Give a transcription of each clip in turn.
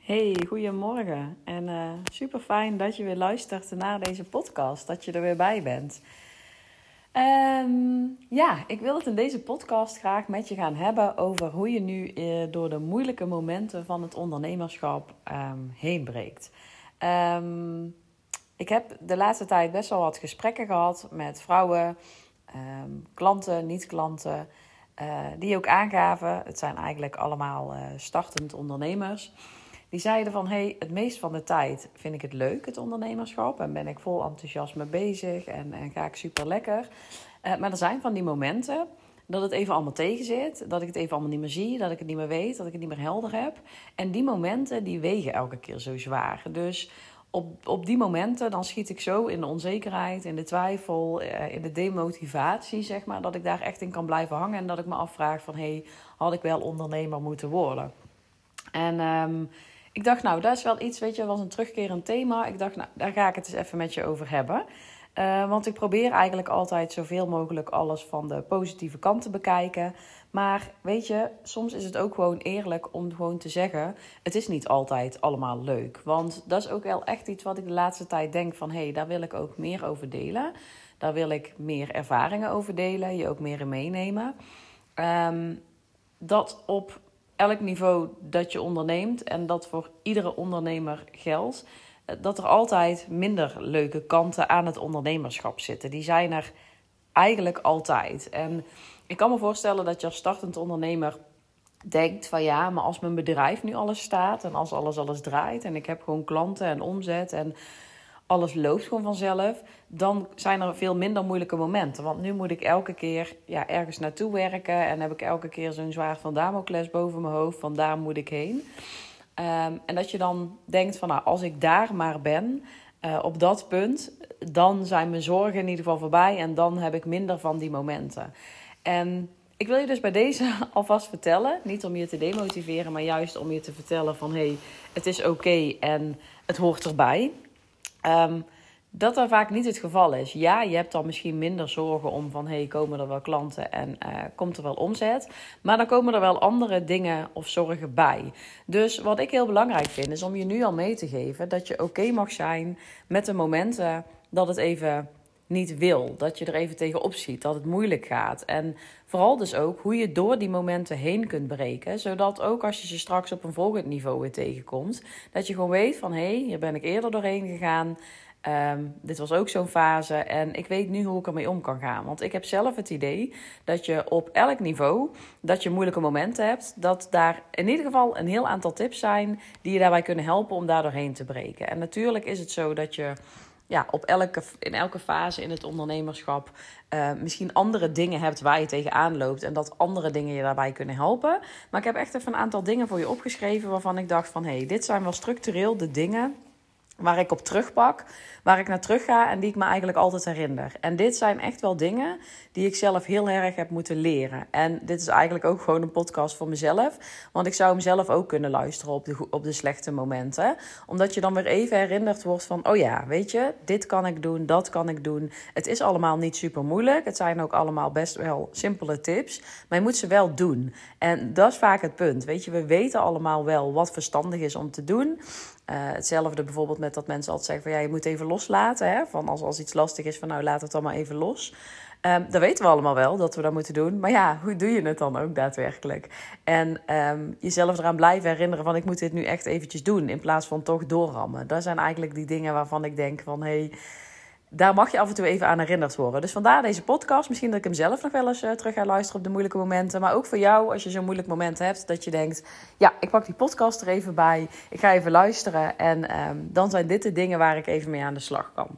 Hey, goedemorgen. En super fijn dat je weer luistert naar deze podcast, dat je er weer bij bent. Ik wil het in deze podcast graag met je gaan hebben over hoe je nu door de moeilijke momenten van het ondernemerschap heen breekt. Ik heb de laatste tijd best wel wat gesprekken gehad met vrouwen, klanten, niet-klanten, die ook aangaven. Het zijn eigenlijk allemaal startend ondernemers. Die zeiden van, het meest van de tijd vind ik het leuk, het ondernemerschap. En ben ik vol enthousiasme bezig en ga ik super lekker. Maar er zijn van die momenten dat het even allemaal tegen zit. Dat ik het even allemaal niet meer zie, dat ik het niet meer weet, dat ik het niet meer helder heb. En die momenten, die wegen elke keer zo zwaar. Dus op die momenten, dan schiet ik zo in de onzekerheid, in de twijfel, in de demotivatie, zeg maar. Dat ik daar echt in kan blijven hangen en dat ik me afvraag van, had ik wel ondernemer moeten worden? En ik dacht, nou, dat is wel iets, weet je, was een terugkerend thema. Ik dacht, nou, daar ga ik het eens even met je over hebben. Want ik probeer eigenlijk altijd zoveel mogelijk alles van de positieve kant te bekijken. Maar weet je, soms is het ook gewoon eerlijk om gewoon te zeggen, het is niet altijd allemaal leuk. Want dat is ook wel echt iets wat ik de laatste tijd denk van, daar wil ik ook meer over delen. Daar wil ik meer ervaringen over delen, je ook meer in meenemen. Dat op elk niveau dat je onderneemt en dat voor iedere ondernemer geldt, dat er altijd minder leuke kanten aan het ondernemerschap zitten. Die zijn er eigenlijk altijd. En ik kan me voorstellen dat je als startend ondernemer denkt van ja, maar als mijn bedrijf nu alles staat en als alles draait en ik heb gewoon klanten en omzet en alles loopt gewoon vanzelf, dan zijn er veel minder moeilijke momenten. Want nu moet ik elke keer ergens naartoe werken en heb ik elke keer zo'n zwaard van Damocles boven mijn hoofd, van daar moet ik heen. En dat je dan denkt van, nou, als ik daar maar ben, op dat punt, dan zijn mijn zorgen in ieder geval voorbij en dan heb ik minder van die momenten. En ik wil je dus bij deze alvast vertellen, niet om je te demotiveren, maar juist om je te vertellen van, het is oké en het hoort erbij. Dat dat vaak niet het geval is. Ja, je hebt dan misschien minder zorgen om van, komen er wel klanten en komt er wel omzet. Maar dan komen er wel andere dingen of zorgen bij. Dus wat ik heel belangrijk vind, is om je nu al mee te geven dat je oké mag zijn met de momenten dat het even niet wil. Dat je er even tegenop ziet, dat het moeilijk gaat. En vooral dus ook hoe je door die momenten heen kunt breken. Zodat ook als je ze straks op een volgend niveau weer tegenkomt, dat je gewoon weet van, hier ben ik eerder doorheen gegaan. Dit was ook zo'n fase en ik weet nu hoe ik ermee om kan gaan. Want ik heb zelf het idee dat je op elk niveau dat je moeilijke momenten hebt, dat daar in ieder geval een heel aantal tips zijn die je daarbij kunnen helpen om daar doorheen te breken. En natuurlijk is het zo dat je in elke fase in het ondernemerschap misschien andere dingen hebt waar je tegenaan loopt en dat andere dingen je daarbij kunnen helpen. Maar ik heb echt even een aantal dingen voor je opgeschreven waarvan ik dacht van, dit zijn wel structureel de dingen waar ik op terugpak, waar ik naar terug ga en die ik me eigenlijk altijd herinner. En dit zijn echt wel dingen die ik zelf heel erg heb moeten leren. En dit is eigenlijk ook gewoon een podcast voor mezelf. Want ik zou hem zelf ook kunnen luisteren op de slechte momenten. Omdat je dan weer even herinnerd wordt van, oh ja, weet je, dit kan ik doen, dat kan ik doen. Het is allemaal niet super moeilijk. Het zijn ook allemaal best wel simpele tips. Maar je moet ze wel doen. En dat is vaak het punt. Weet je, we weten allemaal wel wat verstandig is om te doen. Hetzelfde bijvoorbeeld met dat mensen altijd zeggen van, je moet even loslaten. Hè? Van als iets lastig is, van nou, laat het dan maar even los. Dat weten we allemaal wel, dat we dat moeten doen. Maar ja, hoe doe je het dan ook daadwerkelijk? En jezelf eraan blijven herinneren van, ik moet dit nu echt eventjes doen, in plaats van toch doorrammen. Dat zijn eigenlijk die dingen waarvan ik denk van, daar mag je af en toe even aan herinnerd worden. Dus vandaar deze podcast. Misschien dat ik hem zelf nog wel eens terug ga luisteren op de moeilijke momenten. Maar ook voor jou, als je zo'n moeilijk moment hebt, dat je denkt, ja, ik pak die podcast er even bij. Ik ga even luisteren. En dan zijn dit de dingen waar ik even mee aan de slag kan.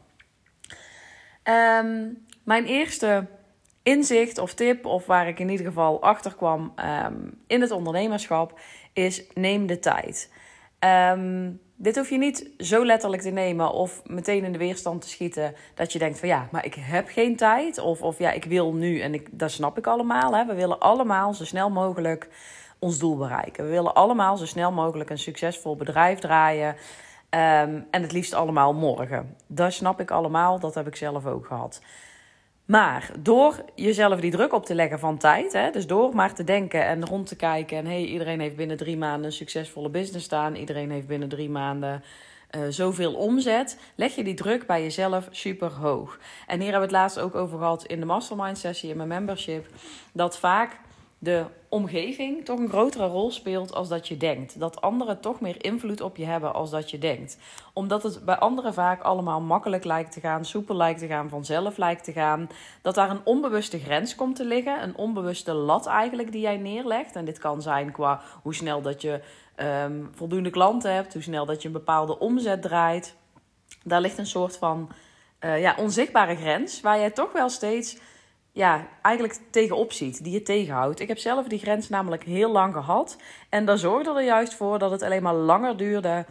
Mijn eerste inzicht of tip, of waar ik in ieder geval achter kwam in het ondernemerschap, is neem de tijd. Dit hoef je niet zo letterlijk te nemen of meteen in de weerstand te schieten dat je denkt van ja, maar ik heb geen tijd. Of ja, ik wil nu en dat snap ik allemaal. Hè. We willen allemaal zo snel mogelijk ons doel bereiken. We willen allemaal zo snel mogelijk een succesvol bedrijf draaien. En het liefst allemaal morgen. Dat snap ik allemaal, dat heb ik zelf ook gehad. Maar door jezelf die druk op te leggen van tijd, hè, dus door maar te denken en rond te kijken en iedereen heeft binnen 3 maanden een succesvolle business staan, iedereen heeft binnen 3 maanden zoveel omzet, leg je die druk bij jezelf super hoog. En hier hebben we het laatst ook over gehad in de mastermind sessie in mijn membership, dat vaak de omgeving toch een grotere rol speelt als dat je denkt. Dat anderen toch meer invloed op je hebben als dat je denkt. Omdat het bij anderen vaak allemaal makkelijk lijkt te gaan, soepel lijkt te gaan, vanzelf lijkt te gaan. Dat daar een onbewuste grens komt te liggen, een onbewuste lat eigenlijk die jij neerlegt. En dit kan zijn qua hoe snel dat je voldoende klanten hebt, hoe snel dat je een bepaalde omzet draait. Daar ligt een soort van onzichtbare grens waar jij toch wel steeds eigenlijk tegenop ziet, die je tegenhoudt. Ik heb zelf die grens namelijk heel lang gehad. En dat zorgde er juist voor dat het alleen maar langer duurde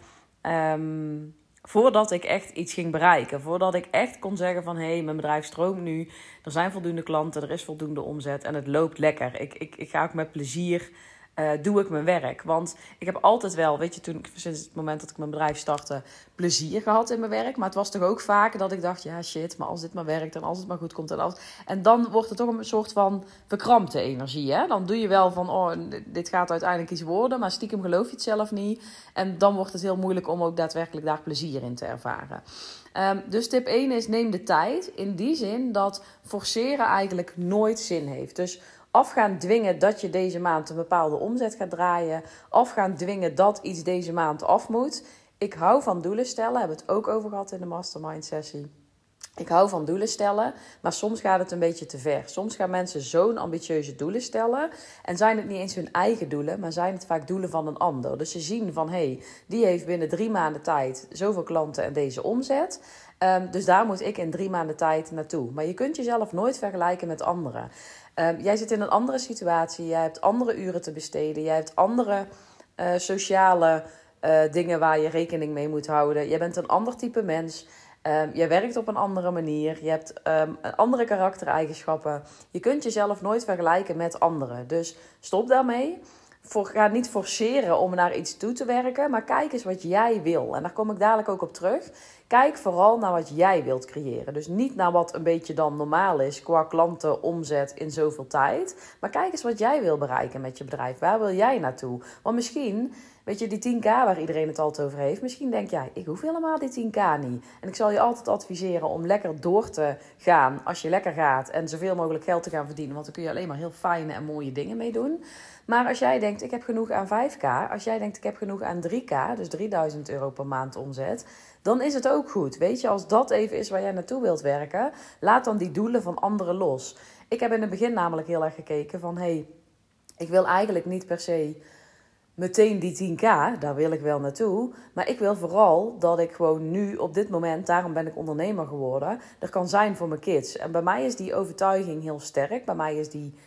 voordat ik echt iets ging bereiken. Voordat ik echt kon zeggen van mijn bedrijf stroomt nu. Er zijn voldoende klanten, er is voldoende omzet en het loopt lekker. Ik ga ook met plezier doe ik mijn werk. Want ik heb altijd wel, sinds het moment dat ik mijn bedrijf startte, plezier gehad in mijn werk. Maar het was toch ook vaak dat ik dacht, maar als dit maar werkt en als het maar goed komt en dan wordt het toch een soort van verkrampte energie. Hè? Dan doe je wel van, dit gaat uiteindelijk iets worden, maar stiekem geloof je het zelf niet. En dan wordt het heel moeilijk om ook daadwerkelijk daar plezier in te ervaren. Dus tip 1 is, neem de tijd. In die zin dat forceren eigenlijk nooit zin heeft. Dus af gaan dwingen dat je deze maand een bepaalde omzet gaat draaien. Af gaan dwingen dat iets deze maand af moet. Ik hou van doelen stellen. Daar hebben we het ook over gehad in de mastermind sessie. Ik hou van doelen stellen, maar soms gaat het een beetje te ver. Soms gaan mensen zo'n ambitieuze doelen stellen en zijn het niet eens hun eigen doelen, maar zijn het vaak doelen van een ander. Dus ze zien van, die heeft binnen 3 maanden tijd zoveel klanten en deze omzet. Dus daar moet ik in 3 maanden tijd naartoe. Maar je kunt jezelf nooit vergelijken met anderen. Jij zit in een andere situatie, jij hebt andere uren te besteden, jij hebt andere sociale dingen waar je rekening mee moet houden. Jij bent een ander type mens. Jij werkt op een andere manier. Je hebt andere karaktereigenschappen. Je kunt jezelf nooit vergelijken met anderen. Dus stop daarmee. Ga niet forceren om naar iets toe te werken. Maar kijk eens wat jij wil. En daar kom ik dadelijk ook op terug. Kijk vooral naar wat jij wilt creëren. Dus niet naar wat een beetje dan normaal is qua klanten, omzet in zoveel tijd. Maar kijk eens wat jij wil bereiken met je bedrijf. Waar wil jij naartoe? Want misschien, die 10k waar iedereen het altijd over heeft. Misschien denk jij, ik hoef helemaal die 10k niet. En ik zal je altijd adviseren om lekker door te gaan als je lekker gaat. En zoveel mogelijk geld te gaan verdienen. Want dan kun je alleen maar heel fijne en mooie dingen mee doen. Maar als jij denkt, ik heb genoeg aan 5k. Als jij denkt, ik heb genoeg aan 3k. Dus 3000 euro per maand omzet. Dan is het ook goed. Weet je, als dat even is waar jij naartoe wilt werken. Laat dan die doelen van anderen los. Ik heb in het begin namelijk heel erg gekeken van, ik wil eigenlijk niet per se meteen die 10k, daar wil ik wel naartoe. Maar ik wil vooral dat ik gewoon nu op dit moment, daarom ben ik ondernemer geworden, er kan zijn voor mijn kids. En bij mij is die overtuiging heel sterk. Bij mij is die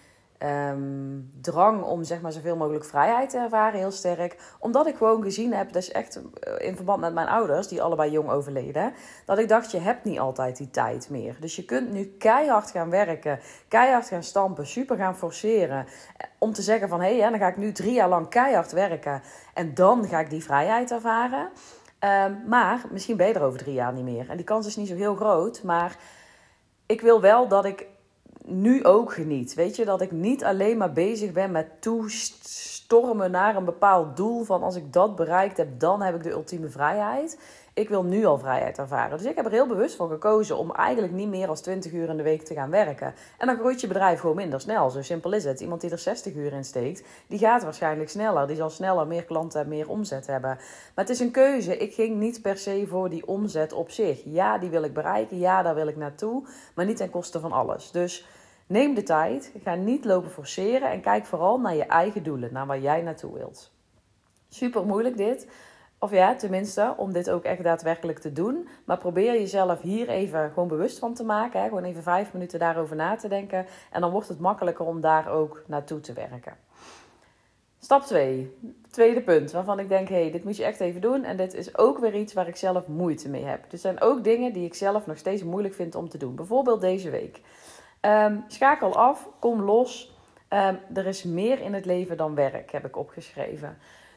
drang om zoveel mogelijk vrijheid te ervaren heel sterk. Omdat ik gewoon gezien heb, dat is echt in verband met mijn ouders, die allebei jong overleden, dat ik dacht, je hebt niet altijd die tijd meer. Dus je kunt nu keihard gaan werken, keihard gaan stampen, super gaan forceren. Om te zeggen van, dan ga ik nu 3 jaar lang keihard werken en dan ga ik die vrijheid ervaren. Maar misschien ben je er over 3 jaar niet meer. En die kans is niet zo heel groot, maar ik wil wel dat ik nu ook geniet. Weet je, dat ik niet alleen maar bezig ben met toestormen naar een bepaald doel. Van als ik dat bereikt heb, dan heb ik de ultieme vrijheid. Ik wil nu al vrijheid ervaren. Dus ik heb er heel bewust voor gekozen om eigenlijk niet meer dan 20 uur in de week te gaan werken. En dan groeit je bedrijf gewoon minder snel. Zo simpel is het. Iemand die er 60 uur in steekt, die gaat waarschijnlijk sneller. Die zal sneller meer klanten en meer omzet hebben. Maar het is een keuze. Ik ging niet per se voor die omzet op zich. Ja, die wil ik bereiken. Ja, daar wil ik naartoe. Maar niet ten koste van alles. Dus neem de tijd. Ga niet lopen forceren. En kijk vooral naar je eigen doelen. Naar waar jij naartoe wilt. Super moeilijk dit. Of ja, tenminste, om dit ook echt daadwerkelijk te doen. Maar probeer jezelf hier even gewoon bewust van te maken. Hè? Gewoon even 5 minuten daarover na te denken. En dan wordt het makkelijker om daar ook naartoe te werken. Stap 2. Tweede punt waarvan ik denk, dit moet je echt even doen. En dit is ook weer iets waar ik zelf moeite mee heb. Er zijn ook dingen die ik zelf nog steeds moeilijk vind om te doen. Bijvoorbeeld deze week. Schakel af, kom los. Er is meer in het leven dan werk, heb ik opgeschreven.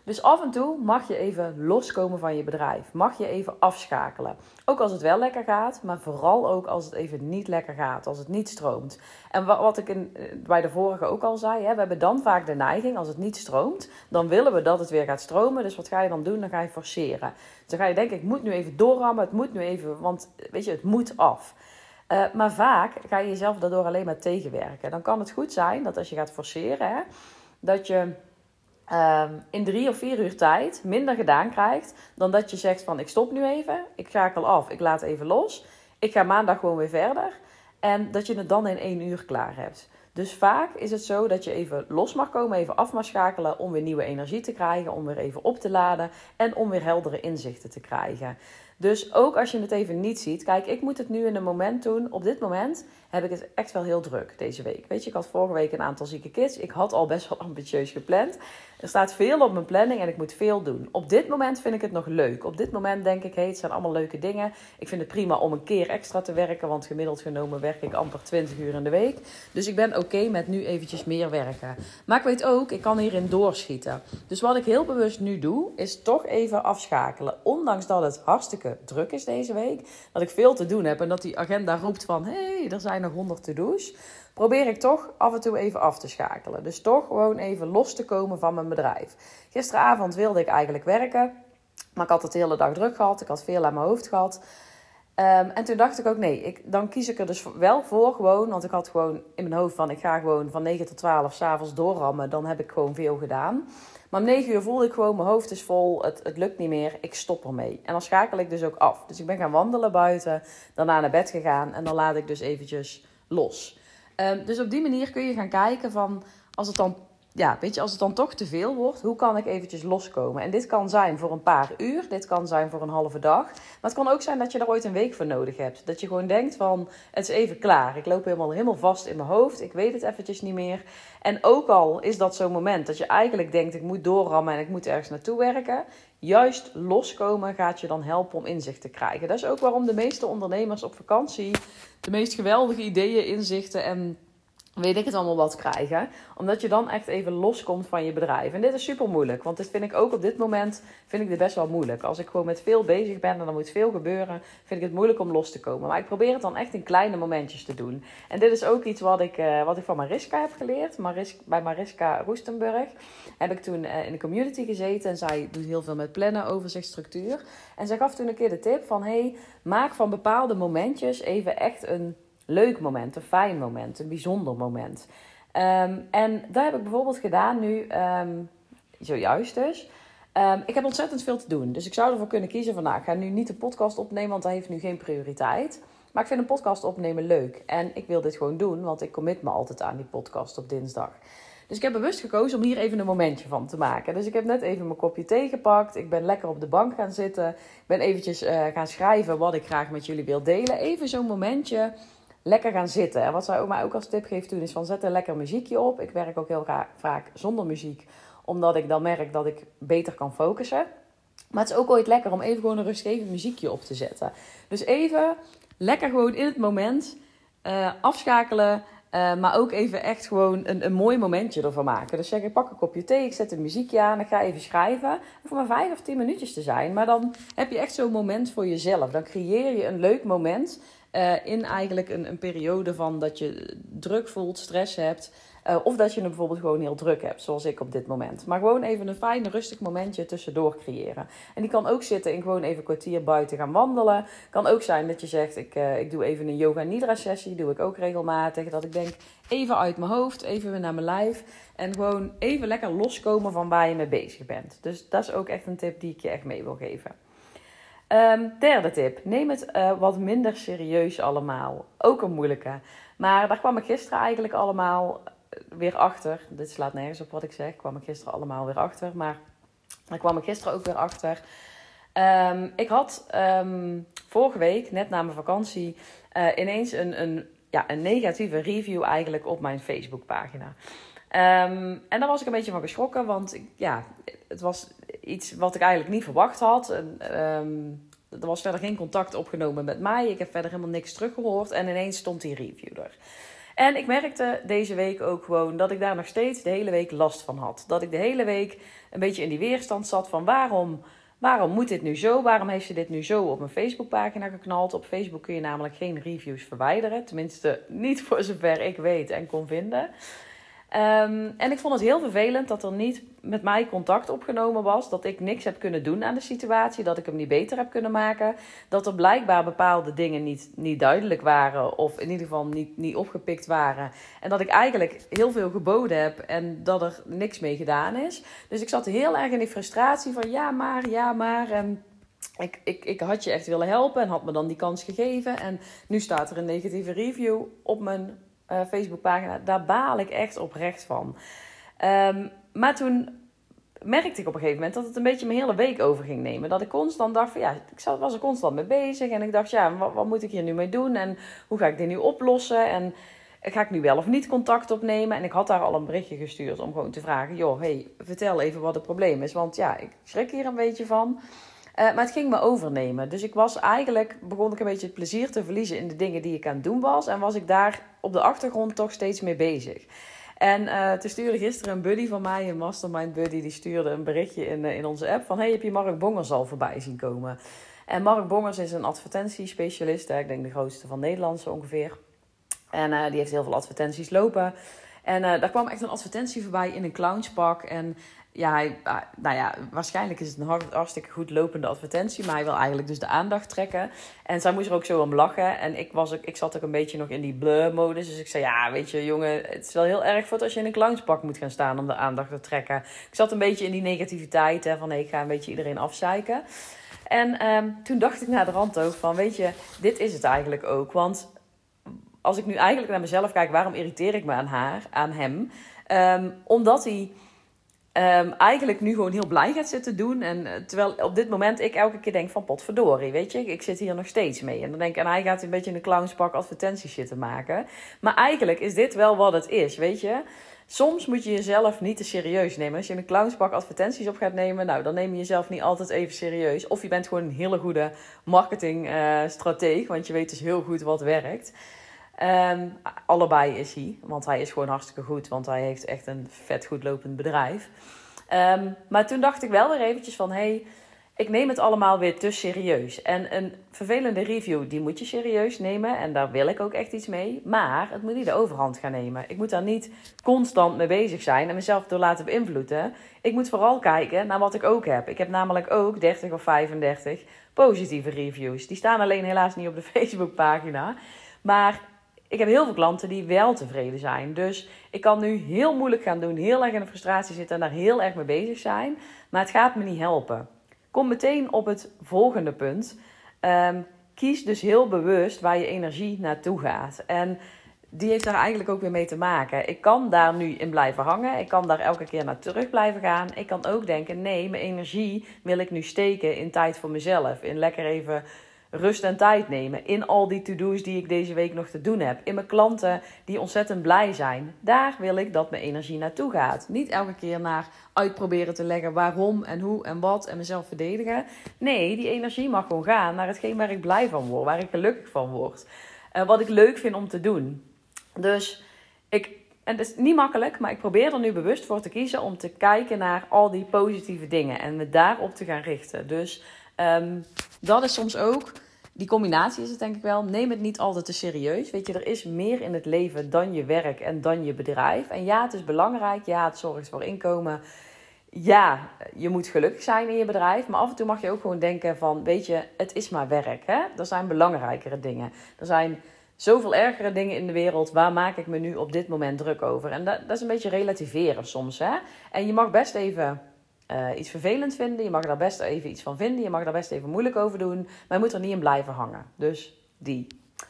Dus af en toe mag je even loskomen van je bedrijf. Mag je even afschakelen. Ook als het wel lekker gaat, maar vooral ook als het even niet lekker gaat. Als het niet stroomt. En wat ik bij de vorige ook al zei. We hebben dan vaak de neiging, als het niet stroomt, dan willen we dat het weer gaat stromen. Dus wat ga je dan doen? Dan ga je forceren. Dus dan ga je denken, ik moet nu even doorrammen. Het moet nu even, want weet je, het moet af. Maar vaak ga je jezelf daardoor alleen maar tegenwerken. Dan kan het goed zijn dat als je gaat forceren, dat je in 3 of 4 uur tijd minder gedaan krijgt dan dat je zegt van ik stop nu even, ik schakel af, ik laat even los, ik ga maandag gewoon weer verder en dat je het dan in 1 uur klaar hebt. Dus vaak is het zo dat je even los mag komen, even af mag schakelen om weer nieuwe energie te krijgen, om weer even op te laden en om weer heldere inzichten te krijgen. Dus ook als je het even niet ziet, kijk, ik moet het nu in een moment doen. Op dit moment heb ik het echt wel heel druk deze week. Weet je, ik had vorige week een aantal zieke kids. Ik had al best wel ambitieus gepland. Er staat veel op mijn planning en ik moet veel doen. Op dit moment vind ik het nog leuk. Op dit moment denk ik, het zijn allemaal leuke dingen. Ik vind het prima om een keer extra te werken, want gemiddeld genomen werk ik amper 20 uur in de week. Dus ik ben oké met nu eventjes meer werken. Maar ik weet ook, ik kan hierin doorschieten. Dus wat ik heel bewust nu doe, is toch even afschakelen. Ondanks dat het hartstikke druk is deze week, dat ik veel te doen heb en dat die agenda roept van, hey, er zijn nog 100 to-do's. Probeer ik toch af en toe even af te schakelen. Dus toch gewoon even los te komen van mijn bedrijf. Gisteravond wilde ik eigenlijk werken. Maar ik had het de hele dag druk gehad. Ik had veel aan mijn hoofd gehad. En toen dacht ik ook, nee, dan kies ik er dus wel voor gewoon. Want ik had gewoon in mijn hoofd van, ik ga gewoon van 9 tot 12 s'avonds doorrammen. Dan heb ik gewoon veel gedaan. Maar om 9 uur voelde ik gewoon, mijn hoofd is vol. Het lukt niet meer, ik stop ermee. En dan schakel ik dus ook af. Dus ik ben gaan wandelen buiten. Daarna naar bed gegaan. En dan laat ik dus eventjes los. Dus op die manier kun je gaan kijken van, als het dan, als het dan toch te veel wordt, hoe kan ik eventjes loskomen? En dit kan zijn voor een paar uur, dit kan zijn voor een halve dag. Maar het kan ook zijn dat je er ooit een week voor nodig hebt. Dat je gewoon denkt van, het is even klaar. Ik loop helemaal vast in mijn hoofd, ik weet het eventjes niet meer. En ook al is dat zo'n moment dat je eigenlijk denkt, ik moet doorrammen en ik moet ergens naartoe werken. Juist loskomen gaat je dan helpen om inzicht te krijgen. Dat is ook waarom de meeste ondernemers op vakantie de meest geweldige ideeën, inzichten en weet ik het allemaal wat krijgen. Omdat je dan echt even loskomt van je bedrijf. En dit is super moeilijk. Want dit vind ik ook op dit moment dit best wel moeilijk. Als ik gewoon met veel bezig ben en er moet veel gebeuren, vind ik het moeilijk om los te komen. Maar ik probeer het dan echt in kleine momentjes te doen. En dit is ook iets wat ik van Mariska heb geleerd. Bij Mariska Roestenburg heb ik toen in de community gezeten. En zij doet heel veel met plannen, overzicht, structuur. En zij gaf toen een keer de tip van, maak van bepaalde momentjes even echt een leuk moment, een fijn moment, een bijzonder moment. En dat heb ik bijvoorbeeld gedaan nu, zojuist dus. Ik heb ontzettend veel te doen. Dus ik zou ervoor kunnen kiezen van, ik ga nu niet de podcast opnemen, want dat heeft nu geen prioriteit. Maar ik vind een podcast opnemen leuk. En ik wil dit gewoon doen, want ik commit me altijd aan die podcast op dinsdag. Dus ik heb bewust gekozen om hier even een momentje van te maken. Dus ik heb net even mijn kopje thee gepakt. Ik ben lekker op de bank gaan zitten. Ik ben eventjes gaan schrijven wat ik graag met jullie wil delen. Even zo'n momentje lekker gaan zitten. En wat zij mij ook als tip geeft toen is van, zet een lekker muziekje op. Ik werk ook heel vaak zonder muziek, omdat ik dan merk dat ik beter kan focussen. Maar het is ook ooit lekker om even gewoon een rustgevend muziekje op te zetten. Dus even lekker gewoon in het moment afschakelen. Maar ook even echt gewoon een mooi momentje ervan maken. Dus zeg, ik pak een kopje thee, ik zet een muziekje aan, ik ga even schrijven. Het hoeft maar 5 of 10 minuutjes te zijn. Maar dan heb je echt zo'n moment voor jezelf. Dan creëer je een leuk moment in eigenlijk een periode van dat je druk voelt, stress hebt. Of dat je het bijvoorbeeld gewoon heel druk hebt, zoals ik op dit moment. Maar gewoon even een fijn, rustig momentje tussendoor creëren. En die kan ook zitten in gewoon even een kwartier buiten gaan wandelen. Kan ook zijn dat je zegt, ik doe even een yoga nidra sessie. Doe ik ook regelmatig. Dat ik denk, even uit mijn hoofd, even weer naar mijn lijf. En gewoon even lekker loskomen van waar je mee bezig bent. Dus dat is ook echt een tip die ik je echt mee wil geven. Derde tip. Neem het wat minder serieus allemaal. Ook een moeilijke. Maar daar kwam ik gisteren eigenlijk allemaal weer achter. Dit slaat nergens op wat ik zeg. Kwam ik gisteren allemaal weer achter. Maar daar kwam ik gisteren ook weer achter. Ik had vorige week, net na mijn vakantie, ineens een negatieve review eigenlijk op mijn Facebookpagina. En daar was ik een beetje van geschrokken. Want het was iets wat ik eigenlijk niet verwacht had. Er was verder geen contact opgenomen met mij. Ik heb verder helemaal niks teruggehoord. En ineens stond die review er. En ik merkte deze week ook gewoon dat ik daar nog steeds de hele week last van had. Dat ik de hele week een beetje in die weerstand zat van waarom moet dit nu zo? Waarom heeft ze dit nu zo op mijn Facebookpagina geknald? Op Facebook kun je namelijk geen reviews verwijderen. Tenminste, niet voor zover ik weet en kon vinden. En ik vond het heel vervelend dat er niet met mij contact opgenomen was. Dat ik niks heb kunnen doen aan de situatie. Dat ik hem niet beter heb kunnen maken. Dat er blijkbaar bepaalde dingen niet duidelijk waren. Of in ieder geval niet opgepikt waren. En dat ik eigenlijk heel veel geboden heb. En dat er niks mee gedaan is. Dus ik zat heel erg in die frustratie van ja maar. En ik had je echt willen helpen. En had me dan die kans gegeven. En nu staat er een negatieve review op mijn Facebookpagina. Daar baal ik echt oprecht van. Maar toen merkte ik op een gegeven moment dat het een beetje mijn hele week over ging nemen. Dat ik constant dacht van was er constant mee bezig. En ik dacht wat moet ik hier nu mee doen? En hoe ga ik dit nu oplossen? En ga ik nu wel of niet contact opnemen? En ik had daar al een berichtje gestuurd om gewoon te vragen. Vertel even wat het probleem is. Want ik schrik hier een beetje van. Maar het ging me overnemen. Dus begon ik een beetje het plezier te verliezen in de dingen die ik aan het doen was. En was ik daar op de achtergrond toch steeds mee bezig. En toen stuurde gisteren een buddy van mij, een mastermind buddy, die stuurde een berichtje in onze app van heb je Mark Bongers al voorbij zien komen? En Mark Bongers is een advertentiespecialist. Ik denk de grootste van Nederland zo ongeveer. En die heeft heel veel advertenties lopen. En daar kwam echt een advertentie voorbij in een clownspak. En waarschijnlijk is het een hartstikke goed lopende advertentie. Maar hij wil eigenlijk dus de aandacht trekken. En zij moest er ook zo om lachen. En ik zat ook een beetje nog in die blur-modus. Dus ik zei, weet je jongen, het is wel heel erg voor als je in een clownspak moet gaan staan om de aandacht te trekken. Ik zat een beetje in die negativiteit. Van ik ga een beetje iedereen afzeiken. En toen dacht ik naderhand ook van, weet je, dit is het eigenlijk ook. Want als ik nu eigenlijk naar mezelf kijk, waarom irriteer ik me aan hem? Omdat hij eigenlijk nu gewoon heel blij gaat zitten doen. En terwijl op dit moment ik elke keer denk van potverdorie, weet je. Ik zit hier nog steeds mee. En dan denk ik, en hij gaat een beetje in een clownspak advertenties zitten maken. Maar eigenlijk is dit wel wat het is, weet je. Soms moet je jezelf niet te serieus nemen. Als je in een clownspak advertenties op gaat nemen, dan neem je jezelf niet altijd even serieus. Of je bent gewoon een hele goede marketingstrateeg, want je weet dus heel goed wat werkt. Allebei is hij, want hij is gewoon hartstikke goed, want hij heeft echt een vet goed lopend bedrijf. Maar toen dacht ik wel weer eventjes van, ik neem het allemaal weer te serieus. En een vervelende review, die moet je serieus nemen en daar wil ik ook echt iets mee. Maar het moet niet de overhand gaan nemen. Ik moet daar niet constant mee bezig zijn en mezelf door laten beïnvloeden. Ik moet vooral kijken naar wat ik ook heb. Ik heb namelijk ook 30 of 35 positieve reviews. Die staan alleen helaas niet op de Facebookpagina. Maar ik heb heel veel klanten die wel tevreden zijn. Dus ik kan nu heel moeilijk gaan doen, heel erg in de frustratie zitten en daar heel erg mee bezig zijn. Maar het gaat me niet helpen. Kom meteen op het volgende punt. Kies dus heel bewust waar je energie naartoe gaat. En die heeft daar eigenlijk ook weer mee te maken. Ik kan daar nu in blijven hangen. Ik kan daar elke keer naar terug blijven gaan. Ik kan ook denken, nee, mijn energie wil ik nu steken in tijd voor mezelf. In lekker even rust en tijd nemen. In al die to-do's die ik deze week nog te doen heb. In mijn klanten die ontzettend blij zijn. Daar wil ik dat mijn energie naartoe gaat. Niet elke keer naar uitproberen te leggen waarom en hoe en wat en mezelf verdedigen. Nee, die energie mag gewoon gaan naar hetgeen waar ik blij van word. Waar ik gelukkig van word. Wat ik leuk vind om te doen. Dus en het is niet makkelijk, maar ik probeer er nu bewust voor te kiezen om te kijken naar al die positieve dingen. En me daarop te gaan richten. Dus dat is soms ook, die combinatie is het denk ik wel. Neem het niet altijd te serieus. Weet je, er is meer in het leven dan je werk en dan je bedrijf. En ja, het is belangrijk. Ja, het zorgt voor inkomen. Ja, je moet gelukkig zijn in je bedrijf. Maar af en toe mag je ook gewoon denken van, weet je, het is maar werk. Hè? Er zijn belangrijkere dingen. Er zijn zoveel ergere dingen in de wereld. Waar maak ik me nu op dit moment druk over? En dat is een beetje relativeren soms. Hè? En je mag best even iets vervelend vinden. Je mag daar best even iets van vinden. Je mag daar best even moeilijk over doen. Maar je moet er niet in blijven hangen. Dus die.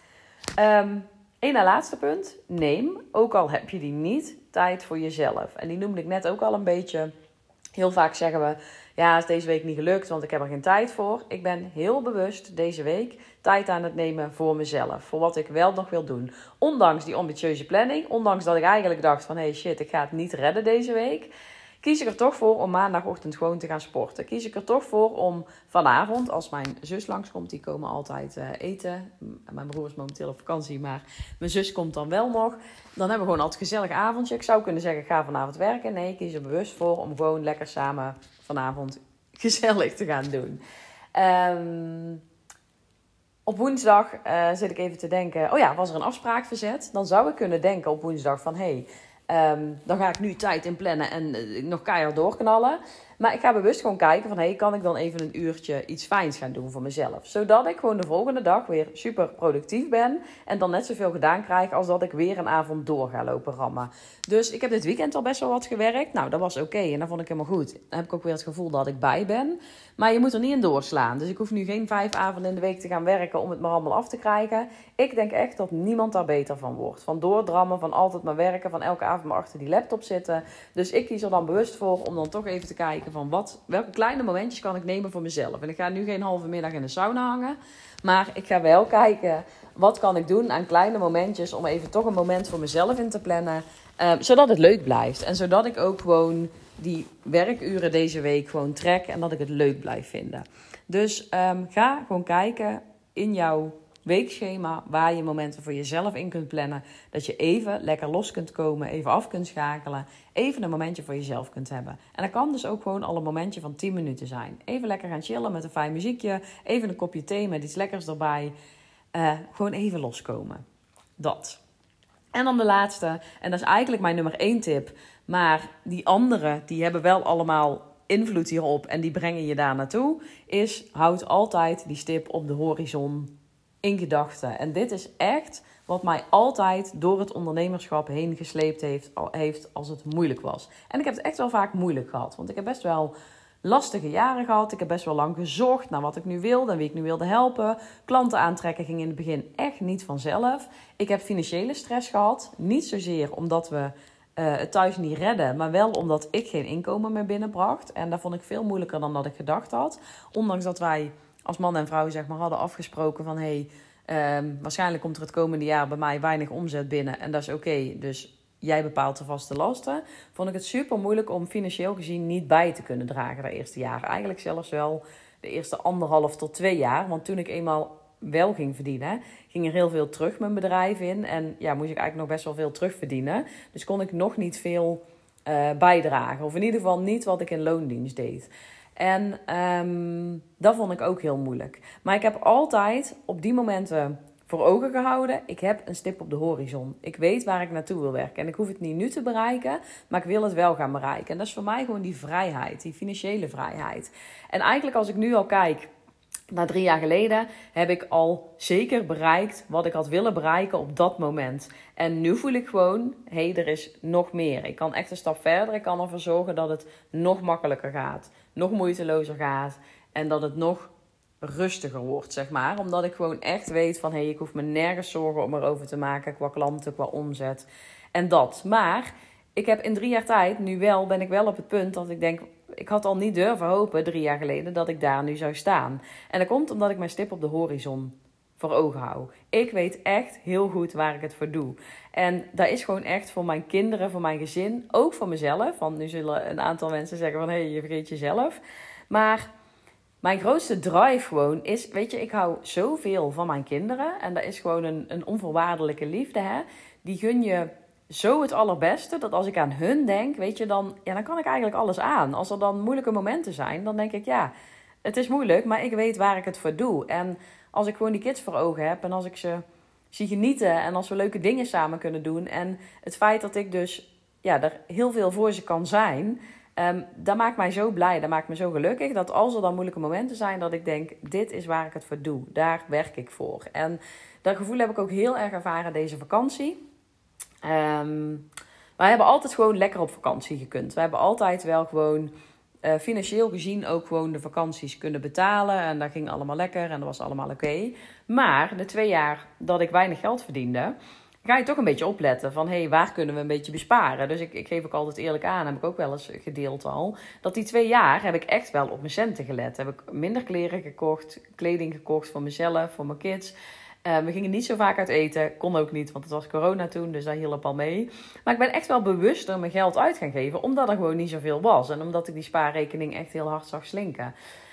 Eén na laatste punt. Neem, ook al heb je die niet, tijd voor jezelf. En die noemde ik net ook al een beetje. Heel vaak zeggen we, ja, het is deze week niet gelukt, want ik heb er geen tijd voor. Ik ben heel bewust deze week tijd aan het nemen voor mezelf. Voor wat ik wel nog wil doen. Ondanks die ambitieuze planning. Ondanks dat ik eigenlijk dacht van, shit, ik ga het niet redden deze week. kies ik er toch voor om maandagochtend gewoon te gaan sporten. Kies ik er toch voor om vanavond, als mijn zus langskomt, die komen altijd eten. Mijn broer is momenteel op vakantie, maar mijn zus komt dan wel nog. Dan hebben we gewoon altijd een gezellig avondje. Ik zou kunnen zeggen, ik ga vanavond werken. Nee, ik kies er bewust voor om gewoon lekker samen vanavond gezellig te gaan doen. Op woensdag zit ik even te denken, oh ja, was er een afspraak verzet? Dan zou ik kunnen denken op woensdag van, dan ga ik nu tijd inplannen en nog keihard doorknallen. Maar ik ga bewust gewoon kijken van, kan ik dan even een uurtje iets fijns gaan doen voor mezelf? Zodat ik gewoon de volgende dag weer super productief ben en dan net zoveel gedaan krijg als dat ik weer een avond door ga lopen rammen. Dus ik heb dit weekend al best wel wat gewerkt. Nou, dat was oké en dat vond ik helemaal goed. Dan heb ik ook weer het gevoel dat ik bij ben. Maar je moet er niet in doorslaan. Dus ik hoef nu geen 5 avonden in de week te gaan werken om het maar allemaal af te krijgen. Ik denk echt dat niemand daar beter van wordt. Van doordrammen, van altijd maar werken, van elke avond maar achter die laptop zitten. Dus ik kies er dan bewust voor om dan toch even te kijken van welke kleine momentjes kan ik nemen voor mezelf. En ik ga nu geen halve middag in de sauna hangen. Maar ik ga wel kijken, wat kan ik doen aan kleine momentjes om even toch een moment voor mezelf in te plannen. Zodat het leuk blijft. En zodat ik ook gewoon die werkuren deze week gewoon trek en dat ik het leuk blijf vinden. Dus ga gewoon kijken in jouw weekschema waar je momenten voor jezelf in kunt plannen. Dat je even lekker los kunt komen, even af kunt schakelen. Even een momentje voor jezelf kunt hebben. En dat kan dus ook gewoon al een momentje van 10 minuten zijn. Even lekker gaan chillen met een fijn muziekje. Even een kopje thee met iets lekkers erbij. Gewoon even loskomen. Dat. En dan de laatste, en dat is eigenlijk mijn nummer 1 tip. Maar die andere, die hebben wel allemaal invloed hierop en die brengen je daar naartoe. Is, houd altijd die stip op de horizon in gedachten. En dit is echt wat mij altijd door het ondernemerschap heen gesleept heeft als het moeilijk was. En ik heb het echt wel vaak moeilijk gehad. Want ik heb best wel lastige jaren gehad. Ik heb best wel lang gezocht naar wat ik nu wilde en wie ik nu wilde helpen. Klanten aantrekken ging in het begin echt niet vanzelf. Ik heb financiële stress gehad. Niet zozeer omdat we het thuis niet redden, maar wel omdat ik geen inkomen meer binnenbracht. En dat vond ik veel moeilijker dan dat ik gedacht had. Ondanks dat wij als man en vrouw zeg maar hadden afgesproken van waarschijnlijk komt er het komende jaar bij mij weinig omzet binnen. En dat is oké, dus jij bepaalt de vaste lasten. Vond ik het super moeilijk om financieel gezien niet bij te kunnen dragen dat eerste jaar. Eigenlijk zelfs wel de eerste 1,5 tot 2 jaar. Want toen ik eenmaal wel ging verdienen, ging er heel veel terug mijn bedrijf in. En moest ik eigenlijk nog best wel veel terugverdienen. Dus kon ik nog niet veel bijdragen. Of in ieder geval niet wat ik in loondienst deed. En dat vond ik ook heel moeilijk. Maar ik heb altijd op die momenten voor ogen gehouden, ik heb een stip op de horizon. Ik weet waar ik naartoe wil werken. En ik hoef het niet nu te bereiken, maar ik wil het wel gaan bereiken. En dat is voor mij gewoon die vrijheid, die financiële vrijheid. En eigenlijk als ik nu al kijk naar 3 jaar geleden, heb ik al zeker bereikt wat ik had willen bereiken op dat moment. En nu voel ik gewoon, er is nog meer. Ik kan echt een stap verder. Ik kan ervoor zorgen dat het nog makkelijker gaat. Nog moeitelozer gaat. En dat het nog rustiger wordt, zeg maar. Omdat ik gewoon echt weet van, ik hoef me nergens zorgen om erover te maken. Qua klanten, qua omzet. En dat. Maar ik heb in 3 jaar tijd, ben ik wel op het punt dat ik denk, ik had al niet durven hopen 3 jaar geleden dat ik daar nu zou staan. En dat komt omdat ik mijn stip op de horizon voor ogen hou. Ik weet echt heel goed waar ik het voor doe. En dat is gewoon echt voor mijn kinderen, voor mijn gezin, ook voor mezelf. Want nu zullen een aantal mensen zeggen van, je vergeet jezelf. Maar mijn grootste drive gewoon is, ik hou zoveel van mijn kinderen. En dat is gewoon een onvoorwaardelijke liefde, hè. Die gun je zo het allerbeste, dat als ik aan hun denk, dan kan ik eigenlijk alles aan. Als er dan moeilijke momenten zijn, dan denk ik, het is moeilijk, maar ik weet waar ik het voor doe. En als ik gewoon die kids voor ogen heb en als ik ze zie genieten en als we leuke dingen samen kunnen doen. En het feit dat ik dus er heel veel voor ze kan zijn, dat maakt mij zo blij, dat maakt me zo gelukkig. Dat als er dan moeilijke momenten zijn, dat ik denk, dit is waar ik het voor doe. Daar werk ik voor. En dat gevoel heb ik ook heel erg ervaren deze vakantie. Wij hebben altijd gewoon lekker op vakantie gekund. We hebben altijd wel gewoon financieel gezien ook gewoon de vakanties kunnen betalen. En dat ging allemaal lekker en dat was allemaal oké. Maar de 2 jaar dat ik weinig geld verdiende, ga je toch een beetje opletten van, waar kunnen we een beetje besparen? Dus ik geef ook altijd eerlijk aan, heb ik ook wel eens gedeeld al, dat die 2 jaar heb ik echt wel op mijn centen gelet. Heb ik minder kleren gekocht, kleding gekocht voor mezelf, voor mijn kids. We gingen niet zo vaak uit eten. Kon ook niet, want het was corona toen. Dus dat hielp al mee. Maar ik ben echt wel bewuster mijn geld uit gaan geven. Omdat er gewoon niet zoveel was. En omdat ik die spaarrekening echt heel hard zag slinken.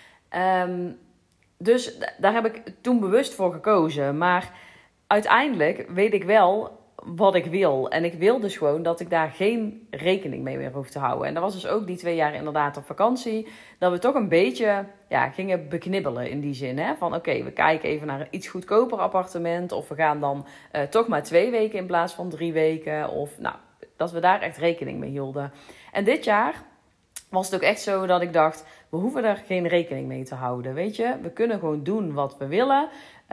Dus daar heb ik toen bewust voor gekozen. Maar uiteindelijk weet ik wel wat ik wil. En ik wil dus gewoon dat ik daar geen rekening mee meer hoef te houden. En dat was dus ook die 2 jaar inderdaad op vakantie. Dat we toch een beetje gingen beknibbelen in die zin. Hè? Van oké, we kijken even naar een iets goedkoper appartement. Of we gaan dan toch maar 2 weken in plaats van 3 weken. Of dat we daar echt rekening mee hielden. En dit jaar was het ook echt zo dat ik dacht, we hoeven er geen rekening mee te houden. Weet je, we kunnen gewoon doen wat we willen.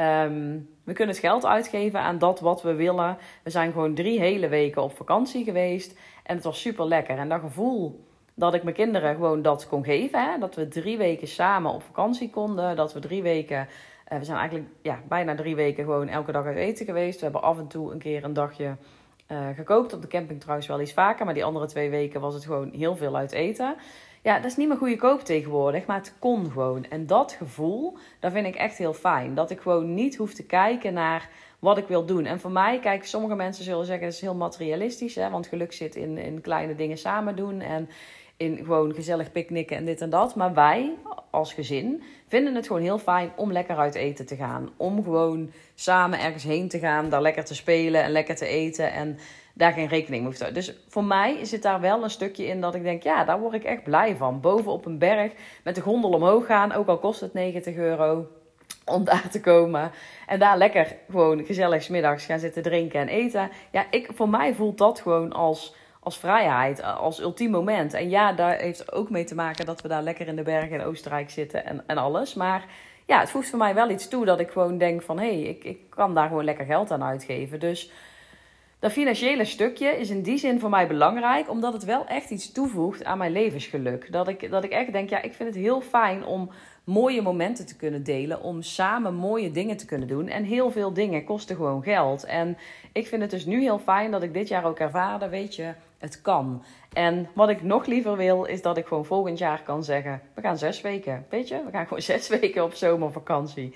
We kunnen het geld uitgeven aan dat wat we willen. We zijn gewoon 3 hele weken op vakantie geweest. En het was super lekker. En dat gevoel dat ik mijn kinderen gewoon dat kon geven. Hè? Dat we 3 weken samen op vakantie konden. Dat we 3 weken... we zijn eigenlijk bijna 3 weken gewoon elke dag uit eten geweest. We hebben af en toe een keer een dagje gekookt. Op de camping trouwens wel iets vaker. Maar die andere 2 weken was het gewoon heel veel uit eten. Ja, dat is niet meer goedkoop tegenwoordig, maar het kon gewoon. En dat gevoel, dat vind ik echt heel fijn. Dat ik gewoon niet hoef te kijken naar wat ik wil doen. En voor mij, kijk, sommige mensen zullen zeggen, dat is heel materialistisch. Hè? Want geluk zit in kleine dingen samen doen en in gewoon gezellig picknicken en dit en dat. Maar wij, als gezin, vinden het gewoon heel fijn om lekker uit eten te gaan. Om gewoon samen ergens heen te gaan, daar lekker te spelen en lekker te eten en daar geen rekening mee hoeft te houden. Dus voor mij zit daar wel een stukje in dat ik denk, ja, daar word ik echt blij van. Boven op een berg met de gondel omhoog gaan, ook al kost het €90 om daar te komen. En daar lekker gewoon gezellig 's middags gaan zitten drinken en eten. Ja, voor mij voelt dat gewoon als vrijheid, als ultiem moment. En ja, daar heeft ook mee te maken dat we daar lekker in de bergen in Oostenrijk zitten en alles. Maar ja, het voegt voor mij wel iets toe dat ik gewoon denk van, hé, ik kan daar gewoon lekker geld aan uitgeven. Dus dat financiële stukje is in die zin voor mij belangrijk, omdat het wel echt iets toevoegt aan mijn levensgeluk. Dat ik echt denk, ja, ik vind het heel fijn om mooie momenten te kunnen delen, om samen mooie dingen te kunnen doen. En heel veel dingen kosten gewoon geld. En ik vind het dus nu heel fijn dat ik dit jaar ook ervaarde, weet je, het kan. En wat ik nog liever wil, is dat ik gewoon volgend jaar kan zeggen, we gaan 6 weken, weet je, we gaan gewoon 6 weken op zomervakantie.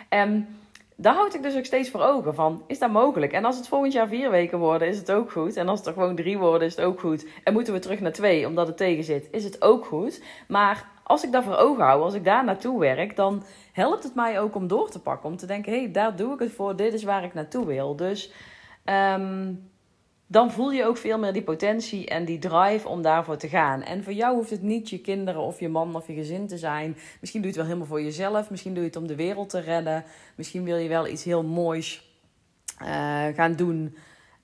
Daar houd ik dus ook steeds voor ogen van, is dat mogelijk? En als het volgend jaar 4 weken worden, is het ook goed. En als het er gewoon 3 worden, is het ook goed. En moeten we terug naar 2, omdat het tegen zit, is het ook goed. Maar als ik dat voor ogen hou, als ik daar naartoe werk, dan helpt het mij ook om door te pakken. Om te denken, hé, daar doe ik het voor, dit is waar ik naartoe wil. Dus dan voel je ook veel meer die potentie en die drive om daarvoor te gaan. En voor jou hoeft het niet je kinderen of je man of je gezin te zijn. Misschien doe je het wel helemaal voor jezelf. Misschien doe je het om de wereld te redden. Misschien wil je wel iets heel moois gaan doen.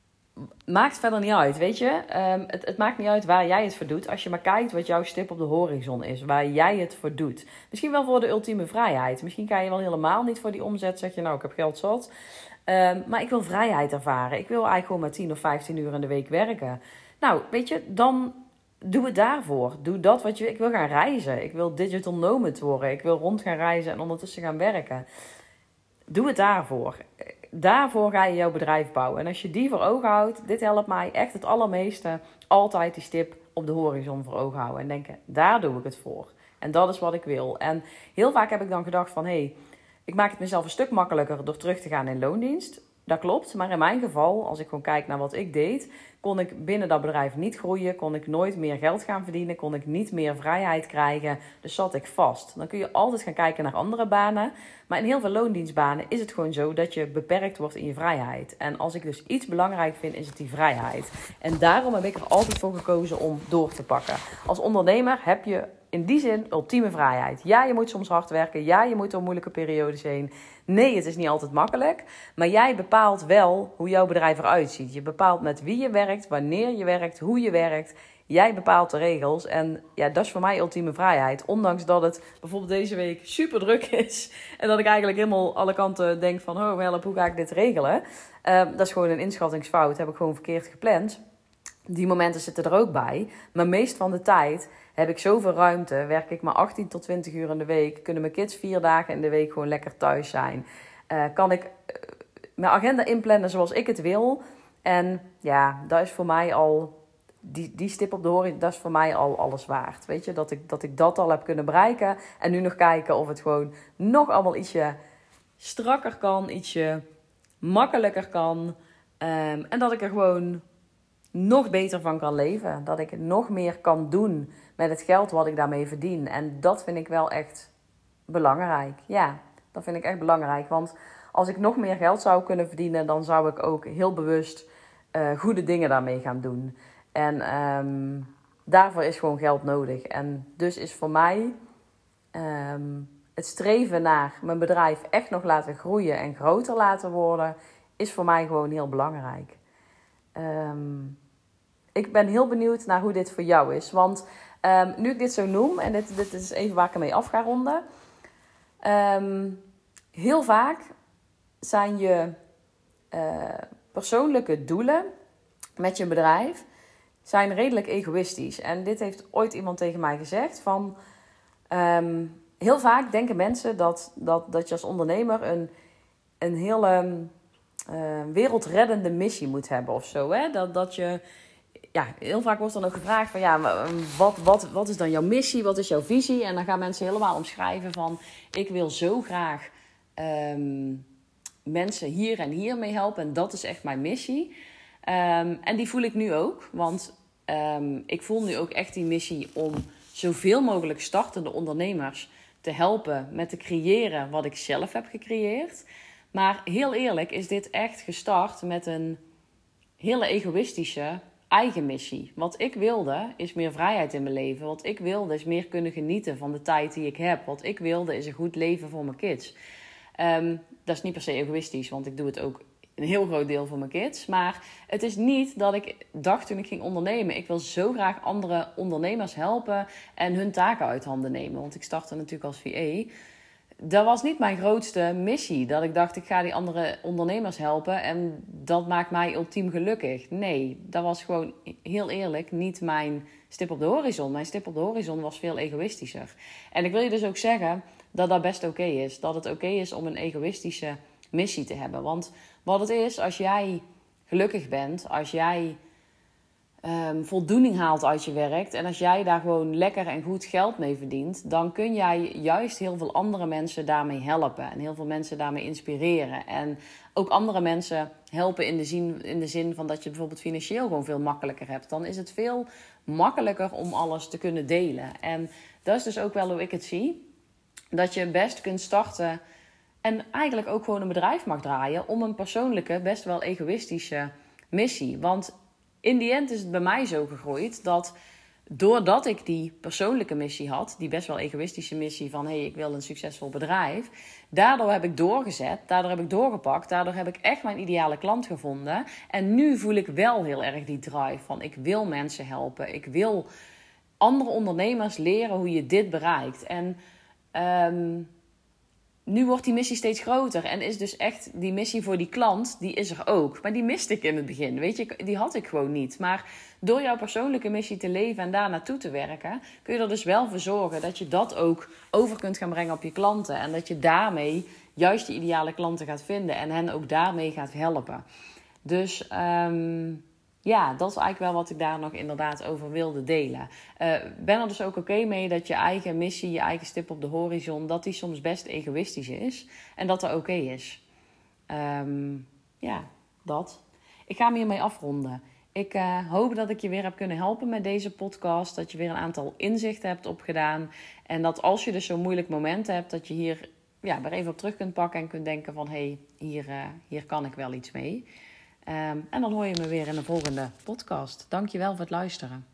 Maakt verder niet uit, weet je. Het maakt niet uit waar jij het voor doet. Als je maar kijkt wat jouw stip op de horizon is. Waar jij het voor doet. Misschien wel voor de ultieme vrijheid. Misschien ga je wel helemaal niet voor die omzet. Zeg je, nou, ik heb geld zat. Maar ik wil vrijheid ervaren. Ik wil eigenlijk gewoon maar 10 of 15 uur in de week werken. Nou, weet je, dan doe het daarvoor. Doe dat wat je... Ik wil gaan reizen. Ik wil digital nomad worden. Ik wil rond gaan reizen en ondertussen gaan werken. Doe het daarvoor. Daarvoor ga je jouw bedrijf bouwen. En als je die voor ogen houdt, dit helpt mij echt het allermeeste. Altijd die stip op de horizon voor ogen houden. En denken, daar doe ik het voor. En dat is wat ik wil. En heel vaak heb ik dan gedacht van, hé, ik maak het mezelf een stuk makkelijker door terug te gaan in loondienst. Dat klopt, maar in mijn geval, als ik gewoon kijk naar wat ik deed, kon ik binnen dat bedrijf niet groeien, kon ik nooit meer geld gaan verdienen, kon ik niet meer vrijheid krijgen, dus zat ik vast. Dan kun je altijd gaan kijken naar andere banen, maar in heel veel loondienstbanen is het gewoon zo dat je beperkt wordt in je vrijheid. En als ik dus iets belangrijk vind, is het die vrijheid. En daarom heb ik er altijd voor gekozen om door te pakken. Als ondernemer heb je in die zin ultieme vrijheid. Ja, je moet soms hard werken. Ja, je moet door moeilijke periodes heen. Nee, het is niet altijd makkelijk. Maar jij bepaalt wel hoe jouw bedrijf eruit ziet. Je bepaalt met wie je werkt, wanneer je werkt, hoe je werkt. Jij bepaalt de regels. En ja, dat is voor mij ultieme vrijheid. Ondanks dat het bijvoorbeeld deze week super druk is. En dat ik eigenlijk helemaal alle kanten denk van, oh help, hoe ga ik dit regelen? Dat is gewoon een inschattingsfout. Heb ik gewoon verkeerd gepland. Die momenten zitten er ook bij. Maar meest van de tijd heb ik zoveel ruimte. Werk ik maar 18 tot 20 uur in de week. Kunnen mijn kids 4 dagen in de week gewoon lekker thuis zijn. Kan ik mijn agenda inplannen zoals ik het wil. En ja, dat is voor mij al... Die stip op de horizon, dat is voor mij al alles waard. Weet je, dat ik dat al heb kunnen bereiken. En nu nog kijken of het gewoon nog allemaal ietsje strakker kan. Ietsje makkelijker kan. En dat ik er gewoon nog beter van kan leven. Dat ik nog meer kan doen met het geld wat ik daarmee verdien. En dat vind ik wel echt belangrijk. Ja, dat vind ik echt belangrijk. Want als ik nog meer geld zou kunnen verdienen, dan zou ik ook heel bewust goede dingen daarmee gaan doen. En daarvoor is gewoon geld nodig. En dus is voor mij het streven naar mijn bedrijf echt nog laten groeien en groter laten worden, is voor mij gewoon heel belangrijk. Ik ben heel benieuwd naar hoe dit voor jou is. Want nu ik dit zo noem, en dit is even waar ik ermee af ga ronden. Heel vaak zijn je persoonlijke doelen met je bedrijf zijn redelijk egoïstisch. En dit heeft ooit iemand tegen mij gezegd. Van, heel vaak denken mensen dat je als ondernemer een hele wereldreddende missie moet hebben of zo. Hè? Dat je... Ja, heel vaak wordt dan ook gevraagd van ja, wat is dan jouw missie? Wat is jouw visie? En dan gaan mensen helemaal omschrijven van ik wil zo graag mensen hier en hier mee helpen. En dat is echt mijn missie. En die voel ik nu ook. Want ik voel nu ook echt die missie om zoveel mogelijk startende ondernemers te helpen met te creëren wat ik zelf heb gecreëerd. Maar heel eerlijk is dit echt gestart met een hele egoïstische eigen missie. Wat ik wilde is meer vrijheid in mijn leven. Wat ik wilde is meer kunnen genieten van de tijd die ik heb. Wat ik wilde is een goed leven voor mijn kids. Dat is niet per se egoïstisch, want ik doe het ook een heel groot deel voor mijn kids. Maar het is niet dat ik dacht toen ik ging ondernemen, ik wil zo graag andere ondernemers helpen en hun taken uit handen nemen. Want ik startte natuurlijk als VA. Dat was niet mijn grootste missie. Dat ik dacht, ik ga die andere ondernemers helpen en dat maakt mij ultiem gelukkig. Nee, dat was gewoon heel eerlijk niet mijn stip op de horizon. Mijn stip op de horizon was veel egoïstischer. En ik wil je dus ook zeggen dat dat best oké is. Dat het oké is om een egoïstische missie te hebben. Want wat het is, als jij gelukkig bent, als jij voldoening haalt uit je werk en als jij daar gewoon lekker en goed geld mee verdient, dan kun jij juist heel veel andere mensen daarmee helpen en heel veel mensen daarmee inspireren en ook andere mensen helpen in de zin van dat je bijvoorbeeld financieel gewoon veel makkelijker hebt. Dan is het veel makkelijker om alles te kunnen delen. En dat is dus ook wel hoe ik het zie, dat je best kunt starten en eigenlijk ook gewoon een bedrijf mag draaien om een persoonlijke, best wel egoïstische missie. Want in die end is het bij mij zo gegroeid dat doordat ik die persoonlijke missie had, die best wel egoïstische missie van hey, ik wil een succesvol bedrijf, daardoor heb ik doorgezet, daardoor heb ik doorgepakt, daardoor heb ik echt mijn ideale klant gevonden. En nu voel ik wel heel erg die drive van ik wil mensen helpen, ik wil andere ondernemers leren hoe je dit bereikt. En nu wordt die missie steeds groter en is dus echt die missie voor die klant, die is er ook. Maar die miste ik in het begin, weet je, die had ik gewoon niet. Maar door jouw persoonlijke missie te leven en daar naartoe te werken, kun je er dus wel voor zorgen dat je dat ook over kunt gaan brengen op je klanten. En dat je daarmee juist je ideale klanten gaat vinden en hen ook daarmee gaat helpen. Dus ja, dat is eigenlijk wel wat ik daar nog inderdaad over wilde delen. Ben er dus ook oké mee dat je eigen missie, je eigen stip op de horizon, dat die soms best egoïstisch is. En dat dat oké is. Ja, dat. Ik ga hem hiermee afronden. Ik hoop dat ik je weer heb kunnen helpen met deze podcast. Dat je weer een aantal inzichten hebt opgedaan. En dat als je dus zo'n moeilijk moment hebt, dat je hier weer even op terug kunt pakken en kunt denken van hey, hier kan ik wel iets mee. En dan hoor je me weer in de volgende podcast. Dankjewel voor het luisteren.